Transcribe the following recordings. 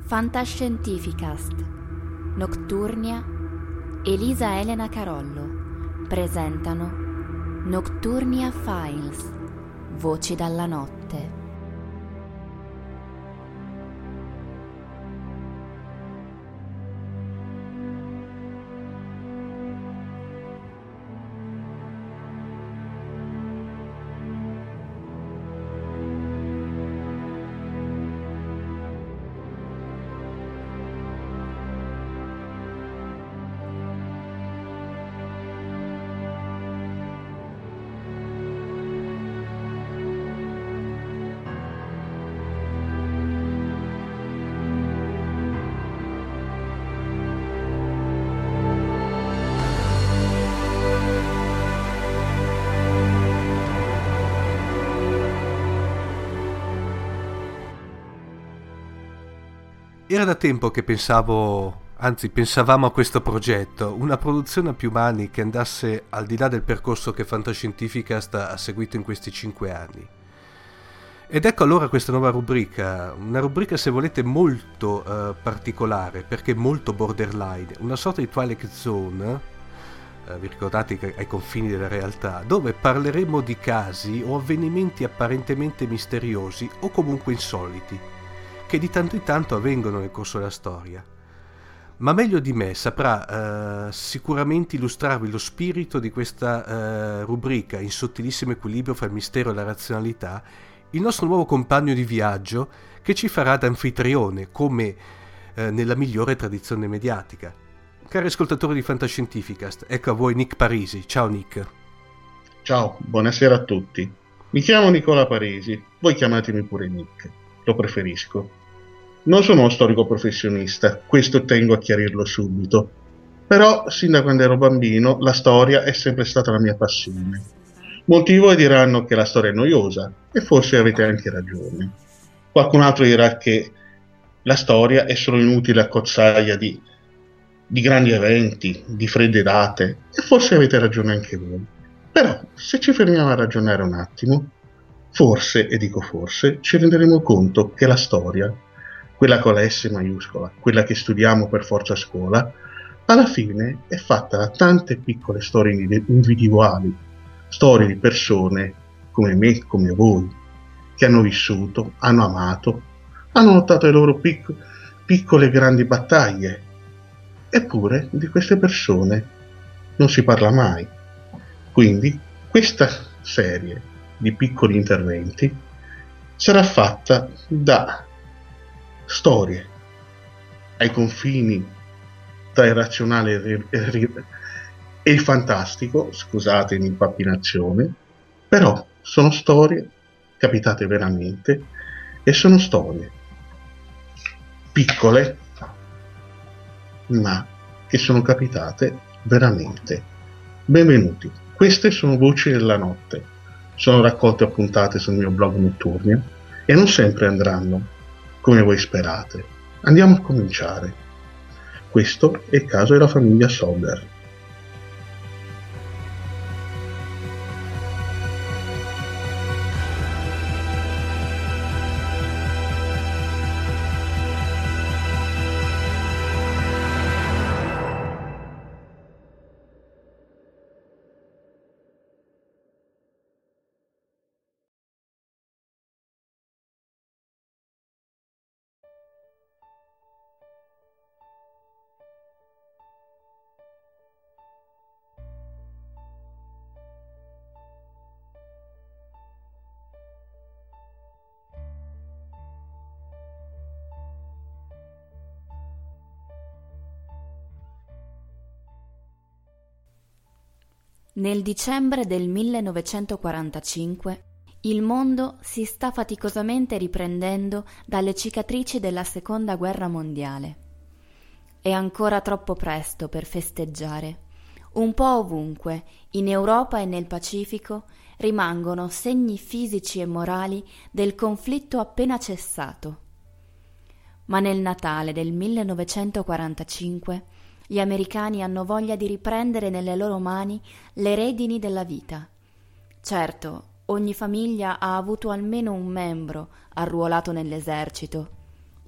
Fantascientificast, Nocturnia, Elisa Elena Carollo presentano Nocturnia Files, Voci dalla notte. Era da tempo che pensavamo a questo progetto, una produzione a più mani che andasse al di là del percorso che Fantascientificast ha seguito in questi 5 anni. Ed ecco allora questa nuova rubrica, una rubrica se volete molto particolare, perché molto borderline, una sorta di Twilight Zone, vi ricordate che ai confini della realtà, dove parleremo di casi o avvenimenti apparentemente misteriosi o comunque insoliti, che di tanto in tanto avvengono nel corso della storia. Ma meglio di me saprà sicuramente illustrarvi lo spirito di questa rubrica in sottilissimo equilibrio fra il mistero e la razionalità, il nostro nuovo compagno di viaggio che ci farà da anfitrione, come nella migliore tradizione mediatica. Cari ascoltatori di Fantascientificast, ecco a voi Nick Parisi. Ciao Nick. Ciao, buonasera a tutti. Mi chiamo Nicola Parisi, voi chiamatemi pure Nick, lo preferisco. Non sono uno storico professionista, questo tengo a chiarirlo subito. Però, sin da quando ero bambino, la storia è sempre stata la mia passione. Molti di voi diranno che la storia è noiosa, e forse avete anche ragione. Qualcun altro dirà che la storia è solo inutile accozzaglia di grandi eventi, di fredde date, e forse avete ragione anche voi. Però, se ci fermiamo a ragionare un attimo, forse, e dico forse, ci renderemo conto che la storia, quella con la S maiuscola, quella che studiamo per forza a scuola, alla fine è fatta da tante piccole storie individuali, storie di persone come me, come voi, che hanno vissuto, hanno amato, hanno lottato le loro piccole e grandi battaglie. Eppure di queste persone non si parla mai. Quindi questa serie di piccoli interventi sarà fatta da storie ai confini tra il razionale e il fantastico, scusate l'impappinazione, però sono storie capitate veramente e sono storie piccole ma che sono capitate veramente. Benvenuti, queste sono Voci della notte, sono raccolte e puntate sul mio blog Nocturnia e non sempre andranno come voi sperate. Andiamo a cominciare. Questo è il caso della famiglia Soder. Nel dicembre del 1945 il mondo si sta faticosamente riprendendo dalle cicatrici della Seconda Guerra Mondiale. È ancora troppo presto per festeggiare. Un po' ovunque, in Europa e nel Pacifico, rimangono segni fisici e morali del conflitto appena cessato. Ma nel Natale del 1945 gli americani hanno voglia di riprendere nelle loro mani le redini della vita. Certo, ogni famiglia ha avuto almeno un membro arruolato nell'esercito,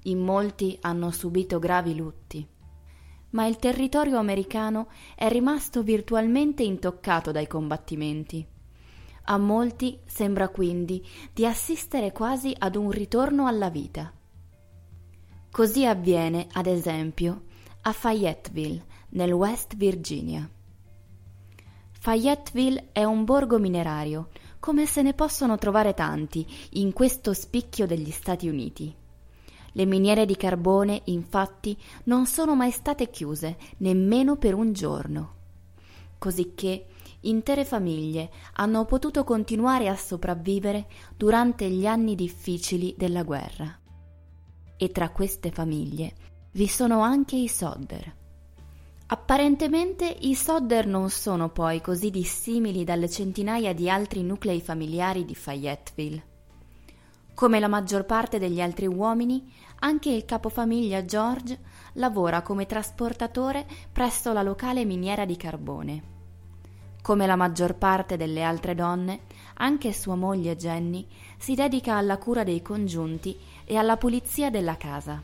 in molti hanno subito gravi lutti. Ma il territorio americano è rimasto virtualmente intoccato dai combattimenti. A molti sembra quindi di assistere quasi ad un ritorno alla vita. Così avviene, ad esempio, a Fayetteville, nel West Virginia. Fayetteville è un borgo minerario, come se ne possono trovare tanti in questo spicchio degli Stati Uniti. Le miniere di carbone, infatti, non sono mai state chiuse, nemmeno per un giorno. Cosicché intere famiglie hanno potuto continuare a sopravvivere durante gli anni difficili della guerra. E tra queste famiglie vi sono anche i Sodder. Apparentemente i Sodder non sono poi così dissimili dalle centinaia di altri nuclei familiari di Fayetteville. Come la maggior parte degli altri uomini, anche il capofamiglia George lavora come trasportatore presso la locale miniera di carbone. Come la maggior parte delle altre donne, anche sua moglie Jenny si dedica alla cura dei congiunti e alla pulizia della casa.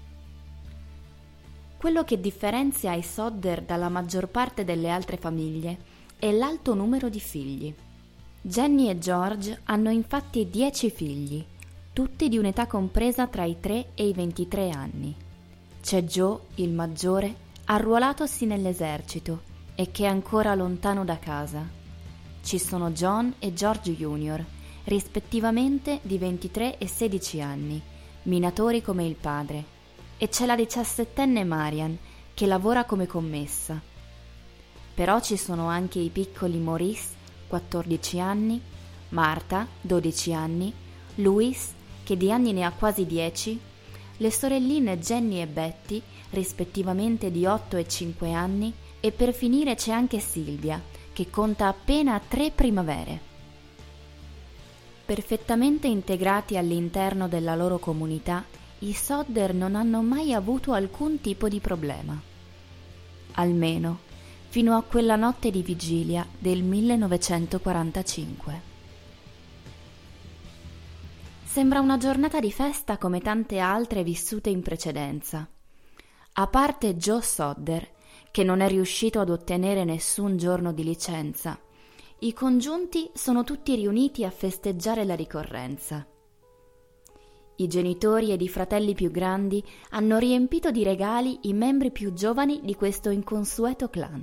Quello che differenzia i Sodder dalla maggior parte delle altre famiglie è l'alto numero di figli. Jenny e George hanno infatti 10 figli, tutti di un'età compresa tra i 3 e i 23 anni. C'è Joe, il maggiore, arruolatosi nell'esercito e che è ancora lontano da casa. Ci sono John e George Jr., rispettivamente di 23 e 16 anni, minatori come il padre, e c'è la 17enne Marian, che lavora come commessa. Però ci sono anche i piccoli Maurice, 14 anni, Martha, 12 anni, Louis, che di anni ne ha quasi 10, le sorelline Jenny e Betty, rispettivamente di 8 e 5 anni, e per finire c'è anche Silvia, che conta appena 3 primavere. Perfettamente integrati all'interno della loro comunità, i Sodder non hanno mai avuto alcun tipo di problema. Almeno fino a quella notte di vigilia del 1945. Sembra una giornata di festa come tante altre vissute in precedenza. A parte Joe Sodder, che non è riuscito ad ottenere nessun giorno di licenza, i congiunti sono tutti riuniti a festeggiare la ricorrenza. I genitori ed i fratelli più grandi hanno riempito di regali i membri più giovani di questo inconsueto clan.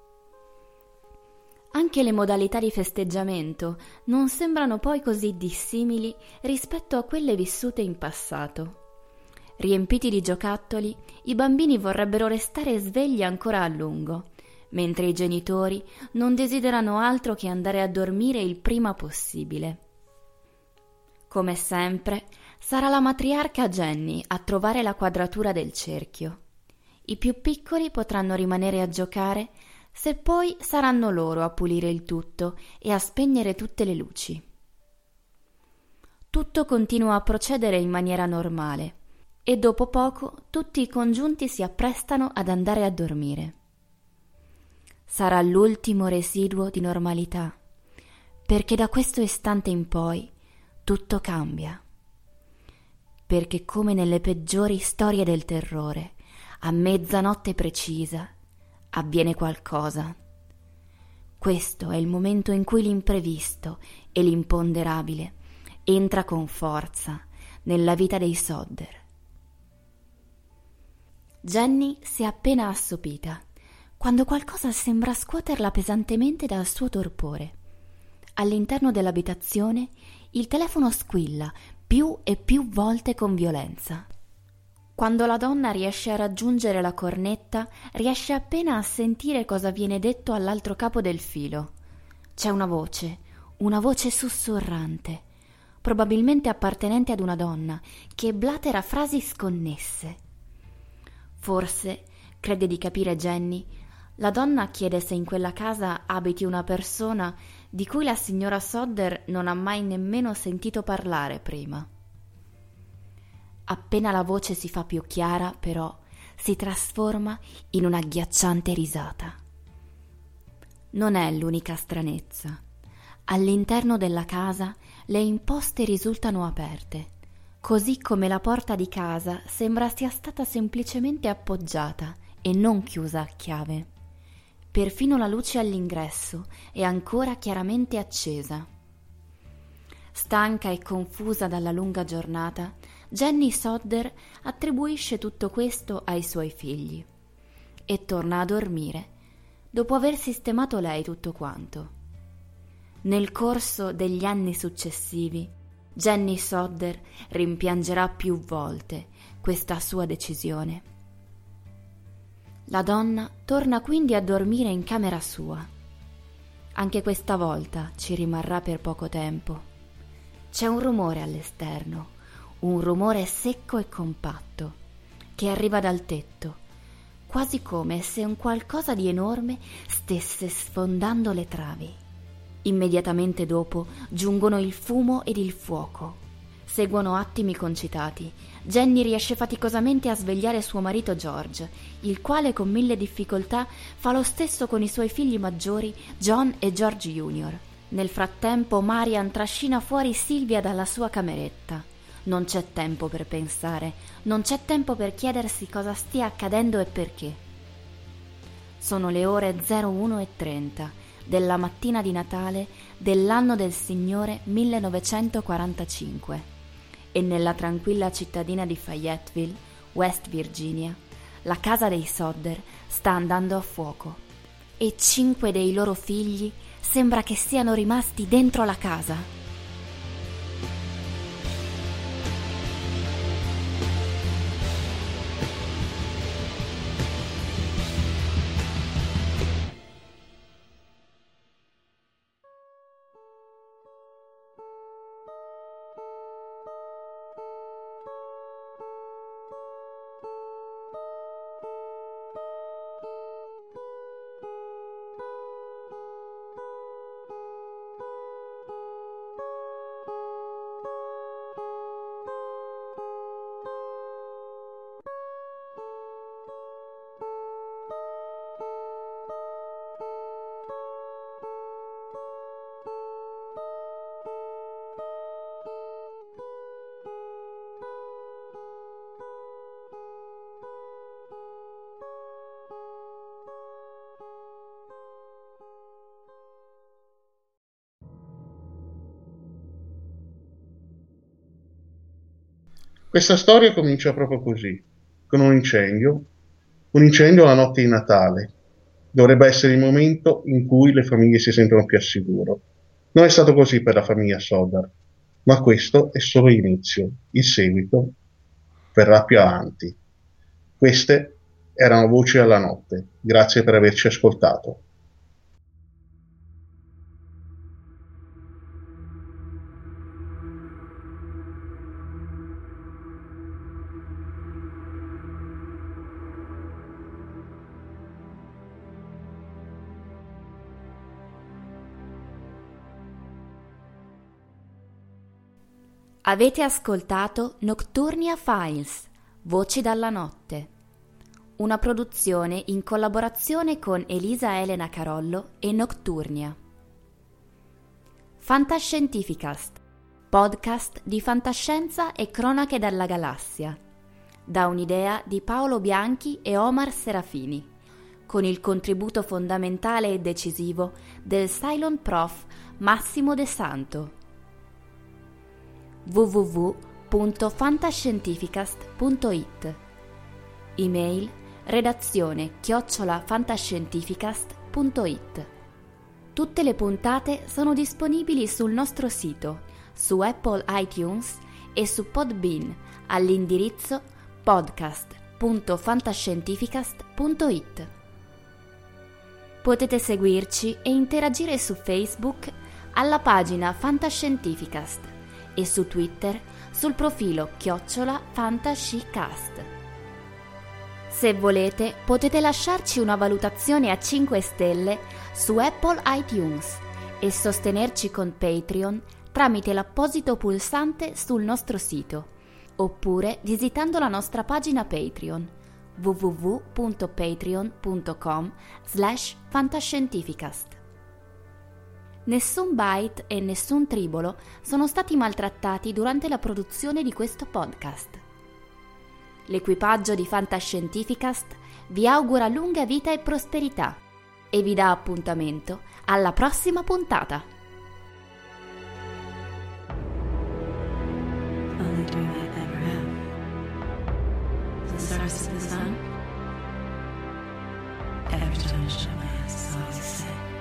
Anche le modalità di festeggiamento non sembrano poi così dissimili rispetto a quelle vissute in passato. Riempiti di giocattoli, i bambini vorrebbero restare svegli ancora a lungo, mentre i genitori non desiderano altro che andare a dormire il prima possibile. Come sempre, sarà la matriarca Jenny a trovare la quadratura del cerchio. I più piccoli potranno rimanere a giocare, se poi saranno loro a pulire il tutto e a spegnere tutte le luci. Tutto continua a procedere in maniera normale e dopo poco tutti i congiunti si apprestano ad andare a dormire. Sarà l'ultimo residuo di normalità, perché da questo istante in poi tutto cambia. Perché come nelle peggiori storie del terrore, a mezzanotte precisa, avviene qualcosa. Questo è il momento in cui l'imprevisto e l'imponderabile entra con forza nella vita dei Sodder. Jenny si è appena assopita, quando qualcosa sembra scuoterla pesantemente dal suo torpore. All'interno dell'abitazione il telefono squilla più e più volte con violenza. Quando la donna riesce a raggiungere la cornetta, riesce appena a sentire cosa viene detto all'altro capo del filo. C'è una voce sussurrante, probabilmente appartenente ad una donna, che blatera frasi sconnesse. Forse, crede di capire Jenny, la donna chiede se in quella casa abiti una persona di cui la signora Sodder non ha mai nemmeno sentito parlare prima. Appena la voce si fa più chiara, però, si trasforma in un'agghiacciante risata. Non è l'unica stranezza. All'interno della casa le imposte risultano aperte, così come la porta di casa sembra sia stata semplicemente appoggiata e non chiusa a chiave. Perfino la luce all'ingresso è ancora chiaramente accesa. Stanca e confusa dalla lunga giornata, Jenny Sodder attribuisce tutto questo ai suoi figli e torna a dormire dopo aver sistemato lei tutto quanto. Nel corso degli anni successivi, Jenny Sodder rimpiangerà più volte questa sua decisione. La donna torna quindi a dormire in camera sua. Anche questa volta ci rimarrà per poco tempo. C'è un rumore all'esterno, un rumore secco e compatto, che arriva dal tetto, quasi come se un qualcosa di enorme stesse sfondando le travi. Immediatamente dopo giungono il fumo ed il fuoco. Seguono attimi concitati. Jenny riesce faticosamente a svegliare suo marito George, il quale con 1000 difficoltà fa lo stesso con i suoi figli maggiori John e George Jr. Nel frattempo Marian trascina fuori Sylvia dalla sua cameretta. Non c'è tempo per pensare, non c'è tempo per chiedersi cosa stia accadendo e perché. Sono le ore 01:30 della mattina di Natale dell'anno del Signore 1945 e nella tranquilla cittadina di Fayetteville, West Virginia, la casa dei Sodder sta andando a fuoco e 5 dei loro figli sembra che siano rimasti dentro la casa. Questa storia comincia proprio così, con un incendio la notte di Natale. Dovrebbe essere il momento in cui le famiglie si sentono più al sicuro. Non è stato così per la famiglia Sodder, ma questo è solo l'inizio. Il seguito verrà più avanti. Queste erano Voci alla notte. Grazie per averci ascoltato. Avete ascoltato Nocturnia Files, Voci dalla notte, una produzione in collaborazione con Elisa Elena Carollo e Nocturnia. Fantascientificast, podcast di fantascienza e cronache dalla galassia, da un'idea di Paolo Bianchi e Omar Serafini, con il contributo fondamentale e decisivo del Cylon Prof Massimo De Santo. www.fantascientificast.it. Email redazione@fantascientificast.it. Tutte le puntate sono disponibili sul nostro sito, su Apple iTunes e su Podbean all'indirizzo podcast.fantascientificast.it. Potete seguirci e interagire su Facebook alla pagina Fantascientificast e su Twitter sul profilo @fantascicast. Se volete, potete lasciarci una valutazione a 5 stelle su Apple iTunes e sostenerci con Patreon tramite l'apposito pulsante sul nostro sito, oppure visitando la nostra pagina Patreon www.patreon.com/fantascientificast. Nessun byte e nessun tribolo sono stati maltrattati durante la produzione di questo podcast. L'equipaggio di Fantascientificast vi augura lunga vita e prosperità e vi dà appuntamento alla prossima puntata. Only dream I've ever had. The stars of the sun. Every time I shut my eyes, it's always said.